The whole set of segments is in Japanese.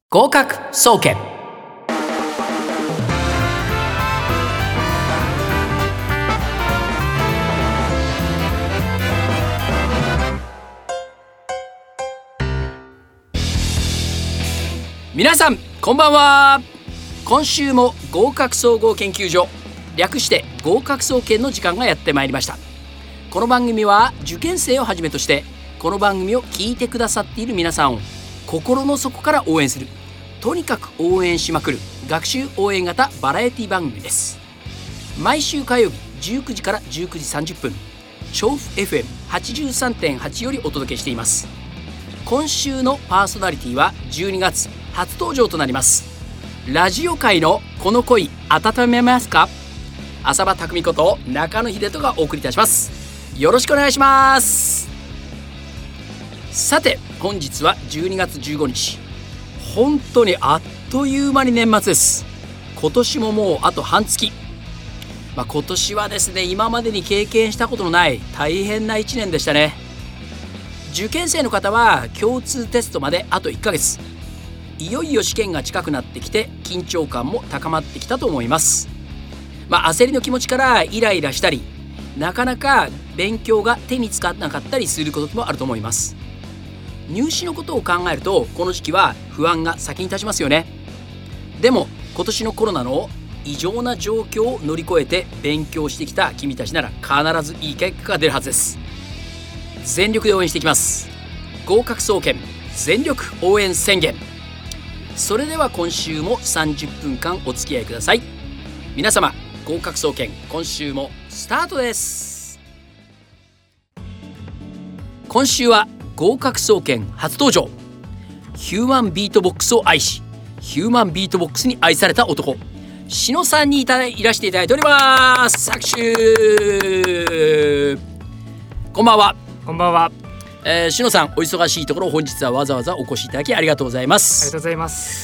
合格総研。皆さんこんばんは。今週も合格総合研究所、略して合格総研の時間がやってまいりました。この番組は受験生をはじめとしてこの番組を聞いてくださっている皆さんを心の底から応援する、とにかく応援しまくる学習応援型バラエティ番組です。毎週火曜日19時から19時30分、調布 FM83.8 よりお届けしています。今週のパーソナリティは12月初登場となります。ラジオ界のこの恋温めますか、浅場匠こと中野秀人がお送りいたします。よろしくお願いします。さて本日は12月15日、本当にあっという間に年末です。今年ももうあと半月、今年はですね、今までに経験したことのない大変な1年でしたね。受験生の方は共通テストまであと1ヶ月、いよいよ試験が近くなってきて緊張感も高まってきたと思います。焦りの気持ちからイライラしたり、なかなか勉強が手につかなかったりすることもあると思います。入試のことを考えるとこの時期は不安が先に立ちますよね。でも今年のコロナの異常な状況を乗り越えて勉強してきた君たちなら必ずいい結果が出るはずです。全力で応援していきます。合格総研全力応援宣言。それでは今週も30分間お付き合いください。皆様合格総研、今週もスタートです。今週は合格総研初登場、ヒューマンビートボックスを愛しヒューマンビートボックスに愛された男、しのさんにいらしていただいております。拍手。こんばんは。 こんばんは。 しのさんお忙しいところ本日はわざわざお越しいただきありがとうございます。 ありがとうございます。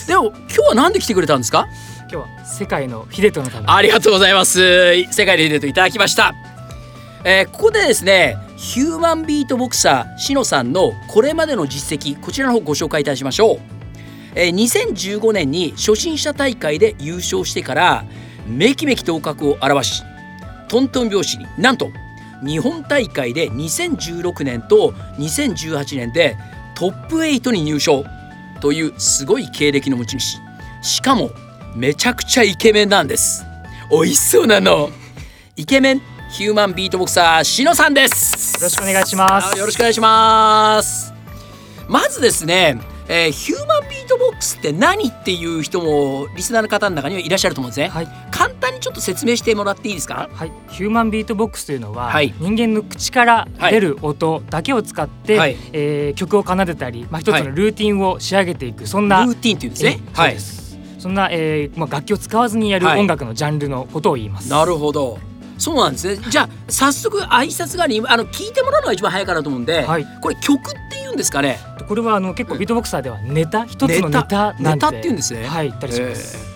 でも今日は何で来てくれたんですか？ 今日は世界の秀人のため。 ありがとうございます。世界の秀人いただきました。ここでですね、ヒューマンビートボクサーしのさんのこれまでの実績、こちらの方ご紹介いたしましょう。2015年に初心者大会で優勝してからめきめき頭角を現し、トントン拍子になんと日本大会で2016年と2018年でトップ8に入賞というすごい経歴の持ち主。しかもめちゃくちゃイケメンなんです。美味しそうなの。イケメンヒューマンビートボクサーしのさんです。 よろしくお願いします。 よろしくお願いします。まずですね、ヒューマンビートボックスって何っていう人もリスナーの方の中にはいらっしゃると思うんですね。 はい、 簡単にちょっと説明してもらっていいですか？ はい、ヒューマンビートボックスというのは、 はい、 人間の口から出る音だけを使って、はい、曲を奏でたり、一つのルーティンを仕上げていく、そんなルーティンっていうんですね。 そうです。そんな、楽器を使わずにやる音楽のジャンルのことを言います。 なるほど。そうなんですね。じゃあ早速挨拶がに聞いてもらうのが一番早いかなと思うんで、これ曲っていうんですかね？ これは結構ビートボクサーではネタ、一つのネタなんてネタっていうんですね。 言ったりします。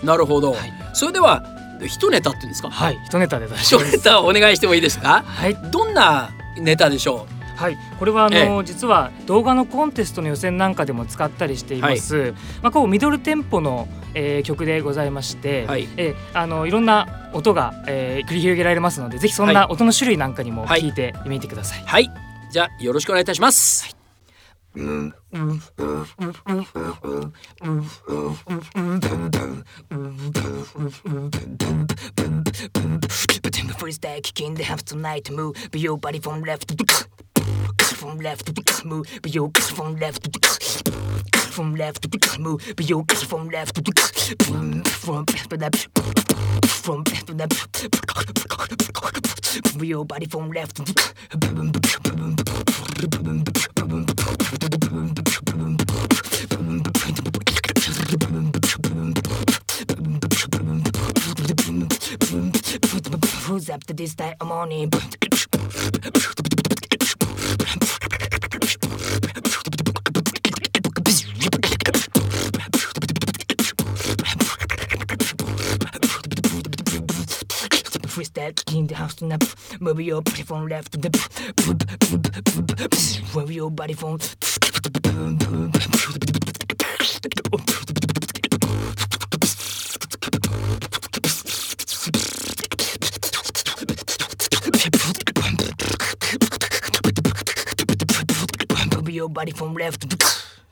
なるほど。それでは一ネタっていうんですか？ はい、一ネタで一ネタお願いしてもいいですか？はい。どんなネタでしょう？ はい、これは実は動画のコンテストの予選なんかでも使ったりしています。こうミドルテンポの、曲でございまして、いろんな音が、繰り広げられますので、ぜひそんな音の種類なんかにも聞いてみてください。 はい、じゃあよろしくお願いいたします。 Freestyle kicking the half tonight to move, but your body from left to from left to move, but your from left to from left to move, but your from left to from your body from left to who's after this time morning. Freestyle in the house tonight. Move your body from left to the move your body from body from left to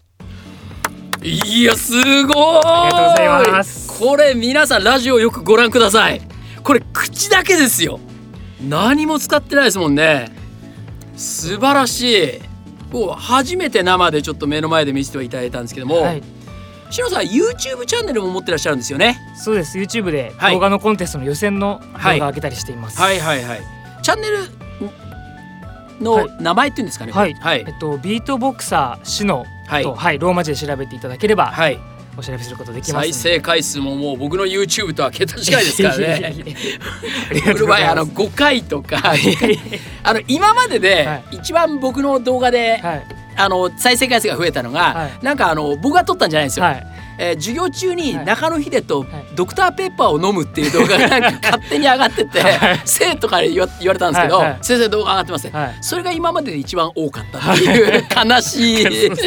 いやすごい。 ありがとうございます。 これ皆さんラジオよくご覧ください。これ口だけですよ。何も使ってないですもんね。素晴らしい。初めて生でちょっと目の前で見せていただいたんですけども、はい、しのさん YouTube チャンネルも持ってらっしゃるんですよね。 そうです。 YouTube で動画のコンテストの予選の動画を上げたりしています。 はいはいはいはい。チャンネルの名前っていうんですかね。 はい、はい、ビートボクサーシノと、はい、ローマ字で調べていただければ、はい、お調べすることできます。 再生回数ももう僕の YouTube とは桁違いですからね。僕の場合5回とか今までで一番僕の動画で、はい、再生回数が増えたのが、はい、なんか僕が撮ったんじゃないんですよ。はい、授業中に中野秀とドクターペッパーを飲むっていう動画がなんか勝手に上がってて、はい、生徒から言われたんですけど、はい、先生動画上がってますね、はい、それが今までで一番多かったっていう悲しい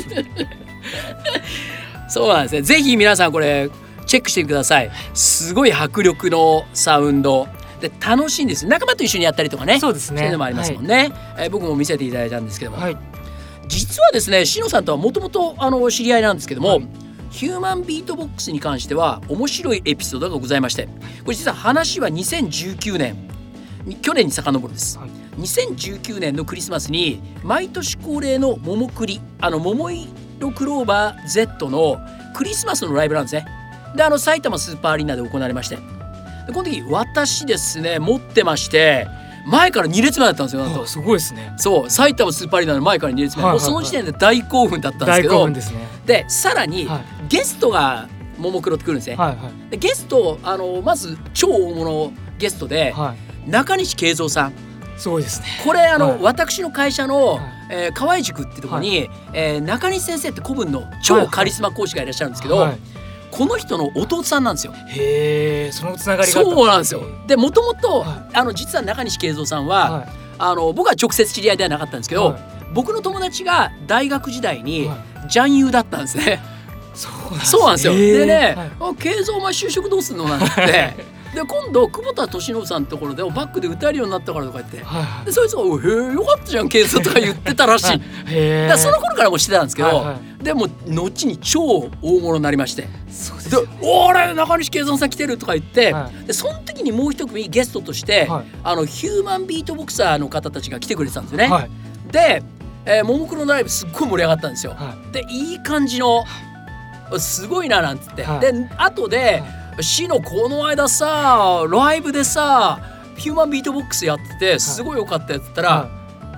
そうなんですね。ぜひ皆さんこれチェックしてください。すごい迫力のサウンドで楽しいんです。仲間と一緒にやったりとかね。 そうですね。 そういうのもありますもんね。はい、僕も見せていただいたんですけども、はい、実はですね、しのさんとはもともと知り合いなんですけども、はい、ヒューマンビートボックスに関しては面白いエピソードがございまして、これ実は話は2019年去年に遡るんです。はい、2019年のクリスマスに毎年恒例の桃栗桃色クローバー Z のクリスマスのライブなんですね。で埼玉スーパーアリーナで行われまして、でこの時私ですね持ってまして前から2列目だったんですよ。なんとすごいですね。 そう埼玉スーパーアリーナの前から2列目、もうその時点で大興奮だったんですけど、 大興奮ですね。 でさらに、はい、ゲストがももクロって来るんですね。はいはい、でゲストまず超大物ゲストで、はい、中西慶三さん。 すごいですね。 これはい、私の会社の、河合塾ってところに、はい、中西先生って古文の超カリスマ講師がいらっしゃるんですけど、はいはい、この人の弟さんなんですよ。 へえ、そのつながりがあったんですね。 そうなんですよ。でもともと実は中西慶三さんは、はい、僕は直接知り合いではなかったんですけど、はい、僕の友達が大学時代にジャンユーだったんですね。そうなんですよ。でね、はい、慶三お前就職どうすんのなんてで今度久保田利伸さんのところでバックで歌えるようになったからとか言って、はい、でそいつが「へえよかったじゃん慶三」とか言ってたらしい。だからその頃からもしてたんですけど、はいはい、でも後に超大物になりまして、そうですよね、で「あれ中西慶三さん来てる」とか言って、はい、でその時にもう一組ゲストとして、はい、ヒューマンビートボクサーの方たちが来てくれてたんですよね。はい、で、ももクロのライブすっごい盛り上がったんですよ。はい、でいい感じのすごいななんつって、はい、で後で、シノこの間さライブでさヒューマンビートボックスやっててすごい良かったやつって言ったら、はい、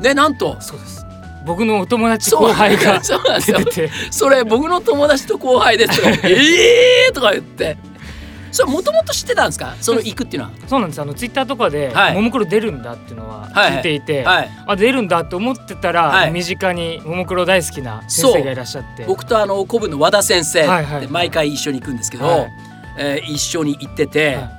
ねなんとそうです僕のお友達後輩が出ててそれ僕の友達と後輩ですとかとか言ってそれもともと知ってたんですかその行くっていうのは。 そうなんです。ツイッターとかで、はい、ももクロ出るんだっていうのは聞いていて、はいはい、あ出るんだって思ってたら、はい、身近にももクロ大好きな先生がいらっしゃって、 僕と古文の和田先生って毎回一緒に行くんですけど、はい一緒に行ってて、はい、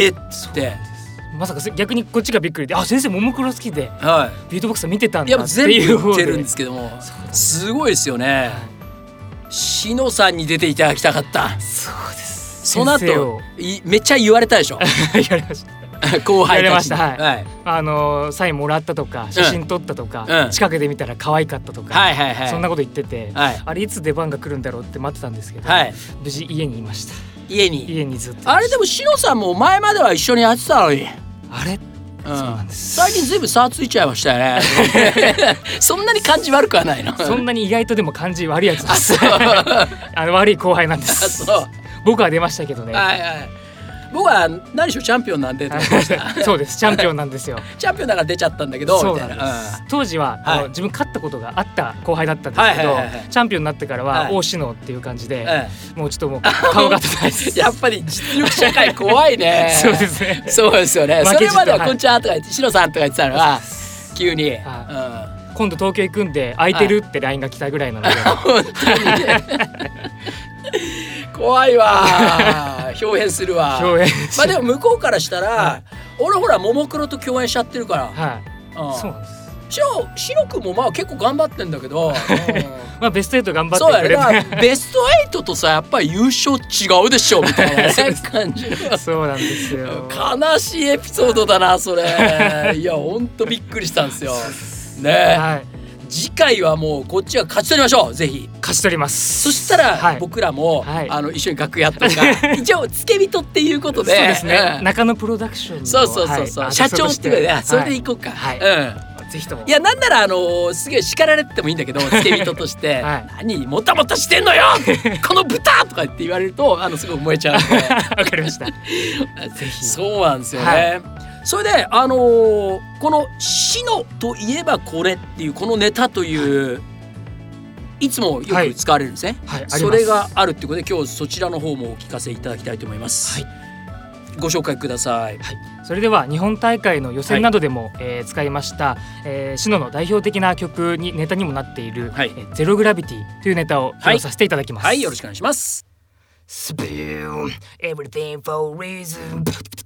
っつってまさか逆にこっちがびっくりで先生ももクロ好きで、はい、ビートボクサー見てたんだっていう。 全部見てるんですけどもすごいですよね。はい、しのさんに出ていただきたかった。 そうです。 その後めっちゃ言われたでしょ言われました後輩たちに、はい、サインもらったとか写真撮ったとか、うん、近くで見たら可愛かったとか、はいはいはい、そんなこと言ってて、はい、あれいつ出番が来るんだろうって待ってたんですけど、はい、無事家にいました。 家にずっとあれでもしのさんも前までは一緒にやってたのにあれ、 そうなんです。最近ずいぶん差ついちゃいましたよねそんなに感じ悪くはないのそんなに意外とでも感じ悪いやつです悪い後輩なんです。そう僕は出ましたけどね。はいはい、 僕は何しろチャンピオンなんでそうですチャンピオンなんですよチャンピオンだから出ちゃったんだけどそうなんです、当時は、はい、自分勝ったことがあった後輩だったんですけど、チャンピオンになってからは大志野っていう感じで、もうちょっともう顔が立たないですやっぱり実力社会怖いねそうですね。 そうですよね。それまではこんにちはとか言ってしのさんとか言ってたのが急に、 今度東京行くんで空いてるって LINE が来たぐらいなので本当に怖いわ表変するわまあでも向こうからしたら、俺ほらももクロと共演しちゃってるから、 そうなんです。 しのくんもまあ結構頑張ってんだけどまあベスト8頑張ってくれて、 そうだね、ベスト8とさやっぱり優勝違うでしょみたいな、ね、感じそうなんですよ。 悲しいエピソードだなそれいやほんとびっくりしたんですよね、はい、 次回はもうこっちは勝ち取りましょう。ぜひ勝ち取ります。 そしたら、 はい、 僕らも、 はい、 一緒に楽屋とか一応付け人っていうことでそうですね、中野プロダクションのそう、はい、社長っていうか、それでいこうか、 はい、ぜひとも。 いやなんならすげえ叱られてもいいんだけど付け人として、はい、何もたもたしてんのよこの豚とかって言われるとすごい燃えちゃうのでわかりましたぜひ。 そうなんですよね、はい、それでこのシノといえばこれっていうこのネタという、はい、いつもよく使われるんですね、 はいはい、 それがあるっていうことで今日そちらの方もお聞かせいただきたいと思います、はい、ご紹介ください、 はい、それでは日本大会の予選などでも、使いました、シノの代表的な曲にネタにもなっている、はい、ゼログラビティというネタを披露させていただきます。 はい、はい、よろしくお願いします。 Spill everything for reason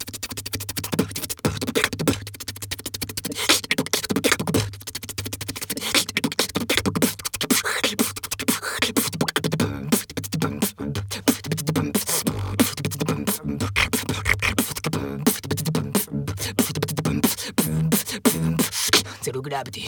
Zero gravity.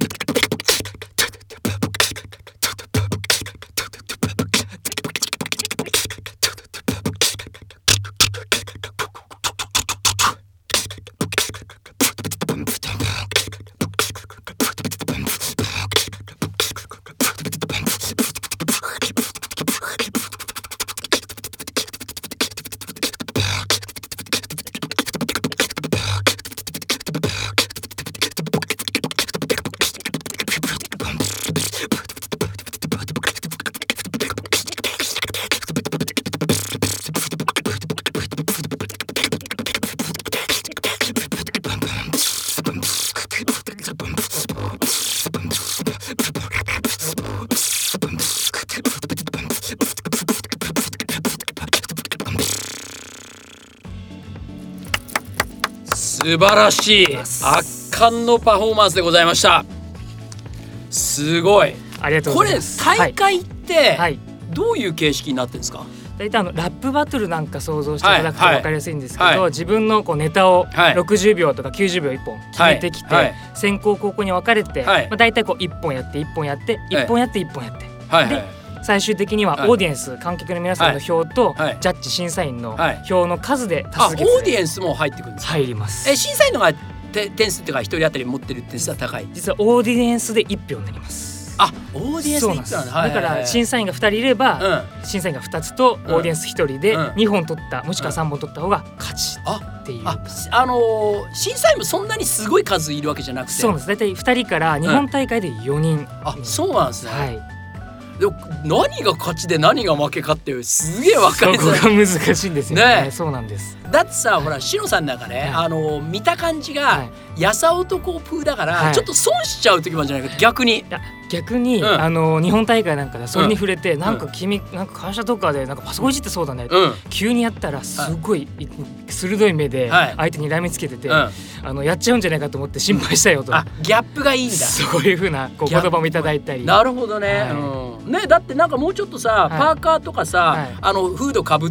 素晴らしい圧巻のパフォーマンスでございました。すごい。 ありがとうございます。 これ大会ってどういう形式になってるんですか？ 大体ラップバトルなんか想像していただくと分かりやすいんですけど、はいはい、自分のこうネタを60秒とか90秒1本決めてきて、はい、先攻後攻に分かれて、はい、大体こう1本やって1本やって1本やって1本やって、はい、で最終的にはオーディエンス、観客の皆さんの票とジャッジ審査員の票の数で多数決で、 オーディエンスも入ってくるんですか？ 入ります。 審査員のが点数っていうか1人当たり持ってる点数は高い？ 実はオーディエンスで1票になります。 あ、オーディエンスで1票なんだ。 だから審査員が2人いれば、審査員が2つとオーディエンス1人で2本取ったもしくは3本取った方が勝ちっていう。 審査員もそんなにすごい数いるわけじゃなくて、 そうです。大体2人から日本大会で4人、 あ、そうなんですね。 はい。 でも何が勝ちで何が負けかってすげえ分かりづらい。 そこが難しいんですよね。そうなんです。 だってさ、ほらシノさんなんかね、見た感じがやさ男風だから、ちょっと損しちゃう時もあるんじゃないか。逆に日本大会なんかでそれに触れて、なんか君なんか会社とかでなんかパソコンいじってそうだね、急にやったらすごい鋭い目で相手に睨みつけてて、やっちゃうんじゃないかと思って心配したよと。 ギャップがいいんだ。 そういう風な言葉もいただいたり。 なるほどね。ね、だってなんかもうちょっとさ、パーカーとかさ、フードかぶって、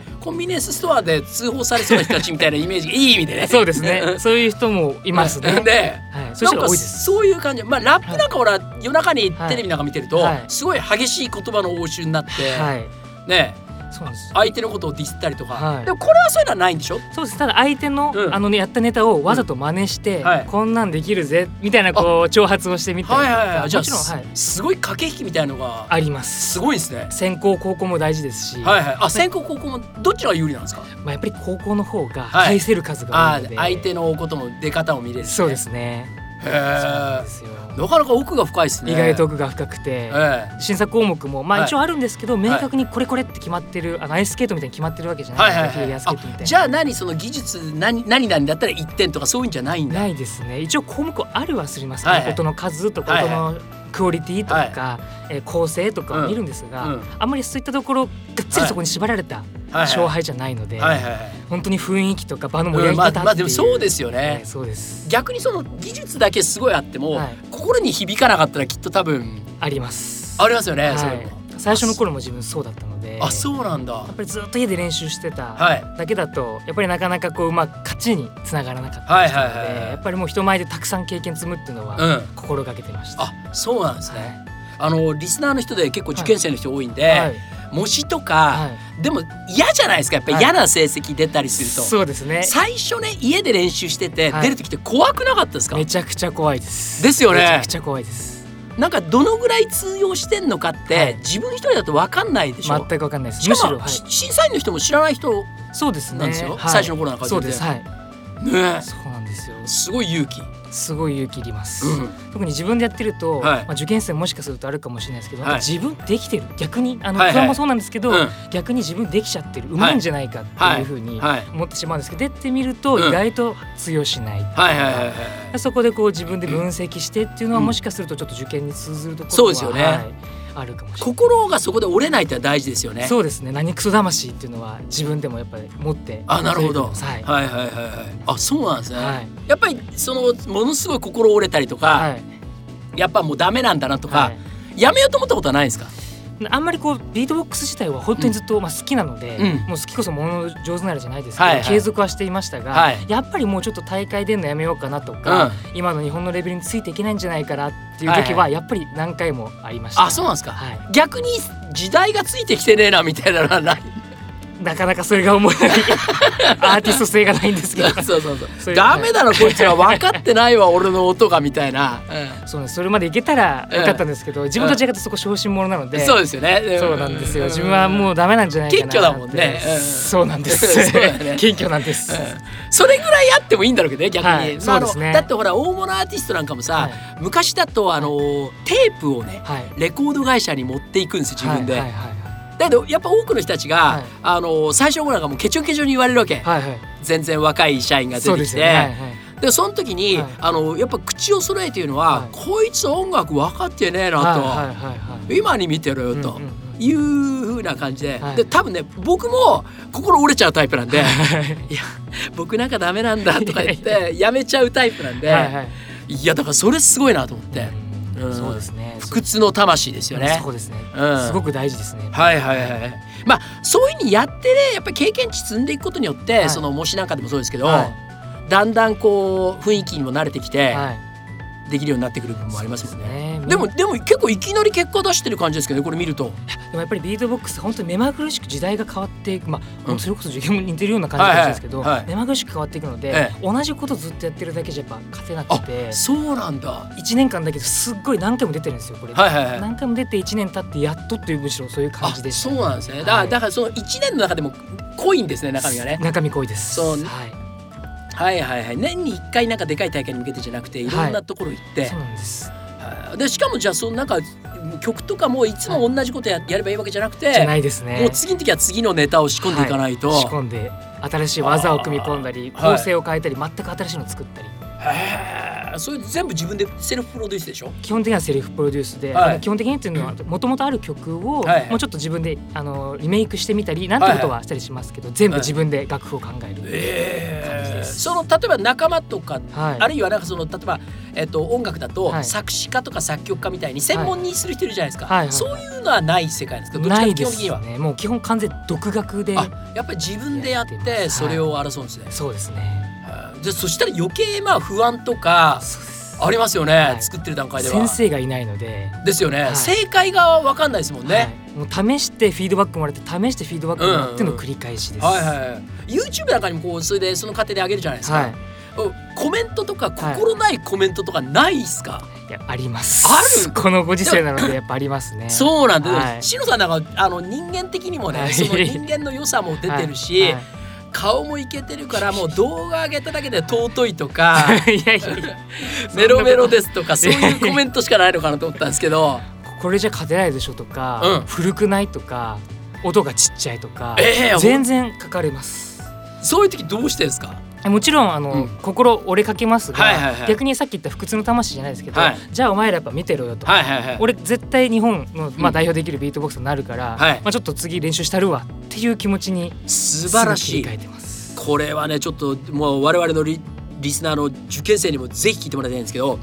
コンビニエンスストアで通報されそうな人たちみたいなイメージがいい意味でね。 そうですね。そういう人もいますね。 で、 そういう人が多いです。 そういう感じ。まあラップなんかほら夜中にテレビなんか見てると、すごい激しい言葉の応酬になって、ね。そうなんです。相手のことをディスったりとか、でもこれはそういうのはないんでしょ？ そうです。ただ相手のやったネタをわざと真似して、こんなんできるぜみたいなこう挑発をしてみたりとか、もちろんすごい駆け引きみたいなのがあります。 すごいですね。 先攻後攻も大事ですし、 先攻後攻もどっちが有利なんですか？ やっぱり後攻の方が返せる数が多いので、 相手のことも出方も見れる。 そうですね。 へえ。なかなか奥が深いですね。 意外と奥が深くて、審査項目も一応あるんですけど、明確にこれって決まってる、アイススケートみたいに決まってるわけじゃないですか。フィギュアスケートみたいな。 じゃあその技術何々だったら1点とかそういうんじゃないんだ。 ないですね。一応項目あるはすりますね。音の数とか音のクオリティとか、構成とかを見るんですが、あんまりそういったところがっつりそこに縛られた勝敗じゃないので、本当に雰囲気とか場の盛り上げ方っていう。 でもそうですよね。 そうです。 逆にその技術だけすごいあっても、心に響かなかったらきっと多分あります。 ありますよね。 最初の頃も自分そうだったので、 あ、そうなんだ。 やっぱりずっと家で練習してたはいだけだとやっぱりなかなかこううまく勝ちにつながらなかったりしたので、やっぱりもう人前でたくさん経験積むっていうのは心がけてました。 あ、そうなんですね。リスナーの人で結構受験生の人多いんで、 はい、 模試とか、でも嫌じゃないですか、やっぱり嫌な成績出たりすると、 そうですね。 最初ね、家で練習してて、出る時って怖くなかったですか？ めちゃくちゃ怖いです。 ですよね。 めちゃくちゃ怖いです。 なんかどのぐらい通用してんのかって、自分一人だと分かんないでしょ。 全く分かんないです。 しかも、審査員の人も知らない人そうですね。 なんですよ、最初の頃なんかそうです。はい。 ね、 そうなんですよ。 すごい勇気。 すごい勇気いります、特に自分でやってると、受験生もしかするとあるかもしれないですけど、自分できてる、逆に不安もそうなんですけど、逆に自分できちゃってる、うまいんじゃないかっていうふうに思ってしまうんですけど、出てみると意外と通用しない、そこでこう自分で分析してっていうのはもしかするとちょっと受験に通ずるところは、 そうですよね、 あるかもしれない。 心がそこで折れないって大事ですよね。 そうですね。何クソ魂っていうのは自分でもやっぱり持って。 あ、なるほど。あ、そうなんですね、やっぱりものすごい心折れたりとか、やっぱもうダメなんだなとか、やめようと思ったことはないですか？ あんまりこうビートボックス自体は本当にずっと好きなので、もう好きこそもの上手なるじゃないですけど、継続はしていましたが、やっぱりもうちょっと大会出るのやめようかなとか、今の日本のレベルについていけないんじゃないかなっていう時はやっぱり何回もありました。 あ、そうなんですか。逆に時代がついてきてねえなみたいなのはない？ なかなかそれが思えないアーティスト性がないんですけどそうダメだなこいつら分かってないわ俺の音がみたいな、 そうね、それまでいけたらよかったんですけど、自分と違ってそこ小心者なので、 そうですよね、 そうなんですよ、自分はもうダメなんじゃないかなって。 謙虚だもんね、 そうなんです謙虚なんです、 それぐらいあってもいいんだろうけどね、逆に。 そうですね。 だってほら大物アーティストなんかもさ、昔だとテープをね、レコード会社に持っていくんですよ、自分で。だけどやっぱ多くの人たちが、最初の頃なんかもうケチョケチョに言われるわけ、全然若い社員が出てきて、でその時に、やっぱ口を揃えて言うのは、こいつ音楽分かってねえなと、今に見てろよという風な感じで、で多分ね僕も心折れちゃうタイプなんでいや僕なんかダメなんだとか言ってやめちゃうタイプなんで、いやだからそれすごいなと思って。 そうですね。 不屈の魂ですよね。 そうですね。すごく大事ですね。 まあそういう風にやってね、やっぱり経験値積んでいくことによって、その模試なんかでもそうですけど、だんだんこう雰囲気にも慣れてきて、できるようになってくる部分もありますもんね。でも結構いきなり結果出してる感じですけどね、これ見ると。 でもやっぱりビートボックス本当に目まぐるしく時代が変わっていく、それこそ受験も似てるような感じかもしれないですけど、目まぐるしく変わっていくので、同じことずっとやってるだけじゃやっぱ勝てなくて。 そうなんだ。 1年間だけですっごい何回も出てるんですよこれ。何回も出て1年経ってやっとっていうむしろそういう感じでした。 そうなんですね。だからその1年の中でも濃いんですね、中身がね。 中身濃いです。 そう。年に1回なんかでかい大会に向けてじゃなくて、いろんなところ行って、 そうなんです。 でしかもじゃあそのなんか曲とかもいつも同じことやればいいわけじゃなくて、 じゃないですね。 もう次の時は次のネタを仕込んでいかないと、 仕込んで新しい技を組み込んだり、構成を変えたり、全く新しいのを作ったり。 それ全部自分でセルフプロデュースでしょ？基本的にはセルフプロデュースで、基本的にっていうのはもともとある曲をもうちょっと自分でリメイクしてみたりなんてことはしたりしますけど、全部自分で楽譜を考える感じです。 その例えば仲間とか、あるいはなんかその例えば音楽だと作詞家とか作曲家みたいに専門にする人いるじゃないですか。そういうのはない世界ですか？どっちか基本的には。 もう基本完全独学で。 やっぱり自分でやってそれを争うんですね。 そうですね。 じゃそしたら余計不安とかありますよね、作ってる段階では。 先生がいないので。 ですよね、正解が分かんないですもんね。 もう試してフィードバックもらって試してフィードバックもらっての繰り返しです。 YouTube なんかにもこうそれでその過程で上げるじゃないですか。コメントとか心ないコメントとかないっすか？ いやあります。 ある？ このご時世なのでやっぱありますね。 そうなんで、しのさんなんか人間的にもね、その人間の良さも出てるし、顔もいけてるからもう動画上げただけで尊いとかメロメロですとかそういうコメントしかないのかなと思ったんですけどこれじゃ勝てないでしょとか、古くないとか音がちっちゃいとか、全然書かれます。 そういう時どうしてですか？ もちろん心折れかけますが、逆にさっき言った不屈の魂じゃないですけど、じゃあお前らやっぱ見てろよと、俺絶対日本の代表できるビートボックスになるから、ちょっと次練習したるわっていう気持ちに素晴らしい。これはねちょっともう我々のリスナーの受験生にもぜひ聞いてもらいたいんですけど、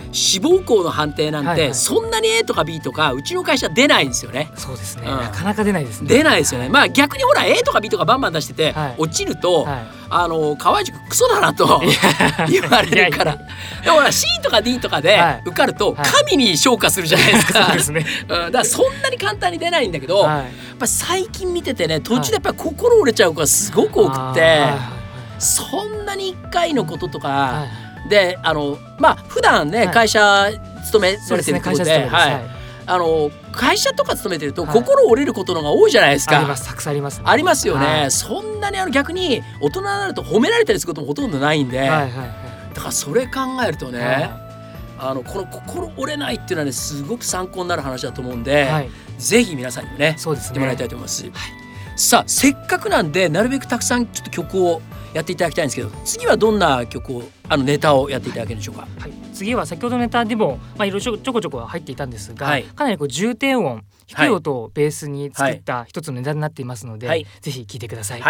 志望校の判定なんて、 はいはい、 そんなに A とか B とかうちの会社出ないんですよね。 そうですね、なかなか出ないですね。 出ないですよね。まあ逆にほら A とか B とかバンバン出してて、 はい、 落ちると、 はい、 河合塾クソだなと言われるから。でもほら C とか D とかで受かると神に昇華するじゃないですか。 そうですね。 だからそんなに簡単に出ないんだけど、やっぱ最近見ててね、途中でやっぱり心折れちゃう子がすごく多くて、そんなに1回のこととかで、まあ普段ね、会社勤められてるところで、会社とか勤めてると心折れることのが多いじゃないですか。 あります、たくさんありますね。 ありますよね。そんなに逆に大人になると褒められたりすることもほとんどないんで、だからそれ考えるとね、この心折れないっていうのはね、すごく参考になる話だと思うんで、ぜひ皆さんにもね、知ってもらいたいと思います。さあせっかくなんでなるべくたくさんちょっと曲をやっていただきたいんですけど、次はどんな曲をネタをやっていただけるんでしょうか。 次は先ほどのネタでも、いろいろちょこちょこ入っていたんですが、かなり重低音、低い音をベースに作った一つのネタになっていますので、ぜひ聴いてください。はい。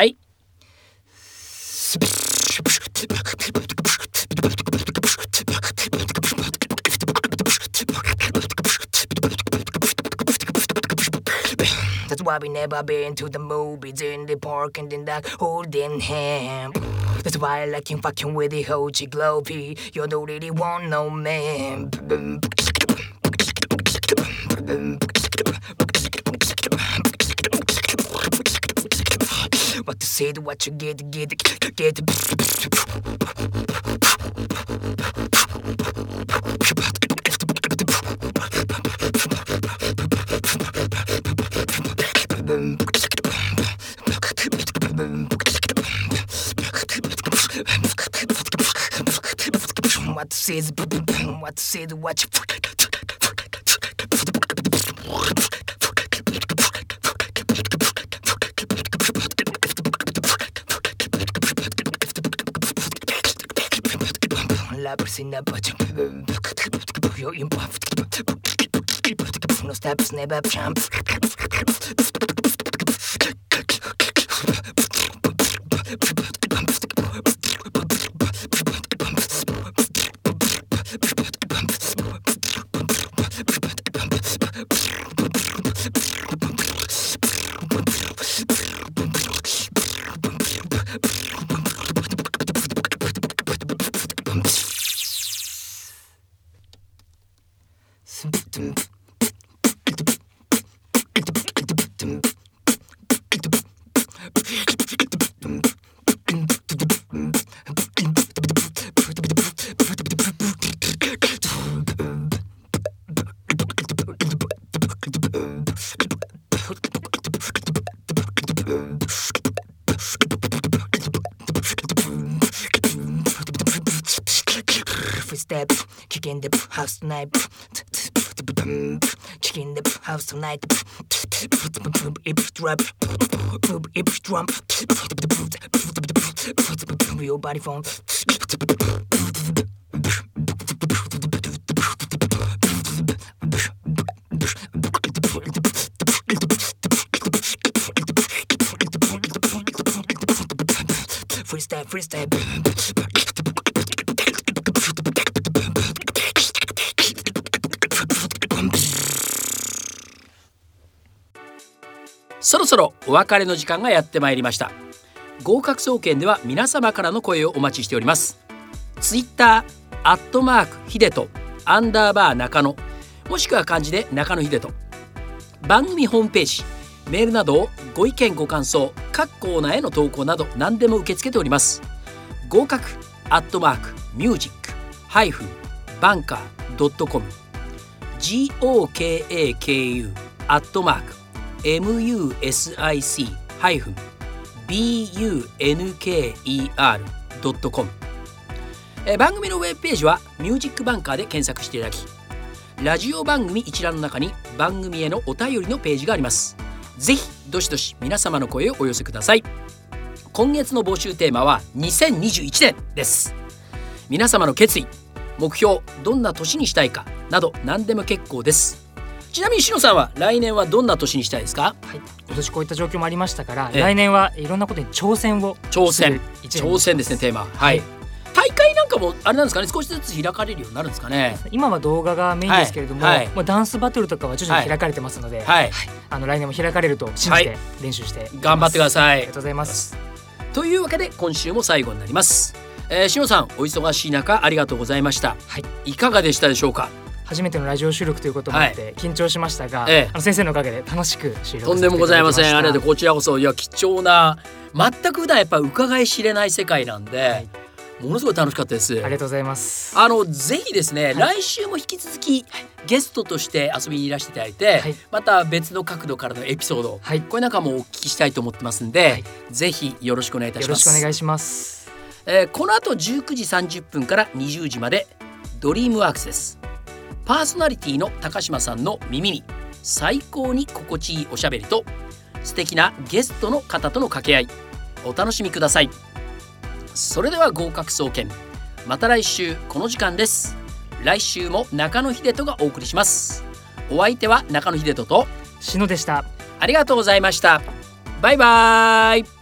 That's why we never been to the movies in the park and then that holding hand. That's why I like him fucking with the Hochi Globy. You don't really want no man. What to say to what you get. What says what you la persona your impact no steps never jump step, kicking the house tonight, kicking the house tonight, if drop, your body phone. Freestyle. そろそろお別れの時間がやってまいりました。合格総研では皆様からの声をお待ちしております。ツイッターヒデト_中野、もしくは漢字で中野秀人、番組ホームページ、メールなどをご意見ご感想、各コーナーへの投稿など何でも受け付けております。合格music-banker.com GOKAKU@music-bunker.com 番組のウェブページはミュージックバンカーで検索していただき、ラジオ番組一覧の中に番組へのお便りのページがあります。ぜひどしどし皆様の声をお寄せください。今月の募集テーマは2021年です。皆様の決意、目標、どんな年にしたいかなど何でも結構です。ちなみにしのさんは来年はどんな年にしたいですか？ はい、今年こういった状況もありましたから、来年はいろんなことに挑戦ですね、テーマ。はい。タ大会なんかもあれなんですかね、少しずつ開かれるようになるんですかね。 今は動画がメインですけれども、もうダンスバトルとかは徐々に開かれてますので、来年も開かれると信じて練習して頑張ってください。 ありがとうございます。 というわけで今週も最後になります。しのさん、お忙しい中ありがとうございました。いかがでしたでしょうか。 初めてのラジオ収録ということもあって緊張しましたが、先生のおかげで楽しく収録させていただきました。 とんでもございません。ありがとう。こちらこそ。いや、貴重な、全く普段やっぱ伺い知れない世界なんで、ものすごい楽しかったです。 ありがとうございます。 ぜひですね、来週も引き続きゲストとして遊びにいらしていただいて、また別の角度からのエピソード、これなんかもお聞きしたいと思ってますんで、ぜひよろしくお願いいたします。 よろしくお願いします。 この後19時30分から20時までドリームワークスです。パーソナリティの高島さんの耳に最高に心地いいおしゃべりと素敵なゲストの方との掛け合い、お楽しみください。それでは合格総研、また来週この時間です。来週も中野秀人がお送りします。お相手は中野秀人と篠でした。 ありがとうございました。バイバイ。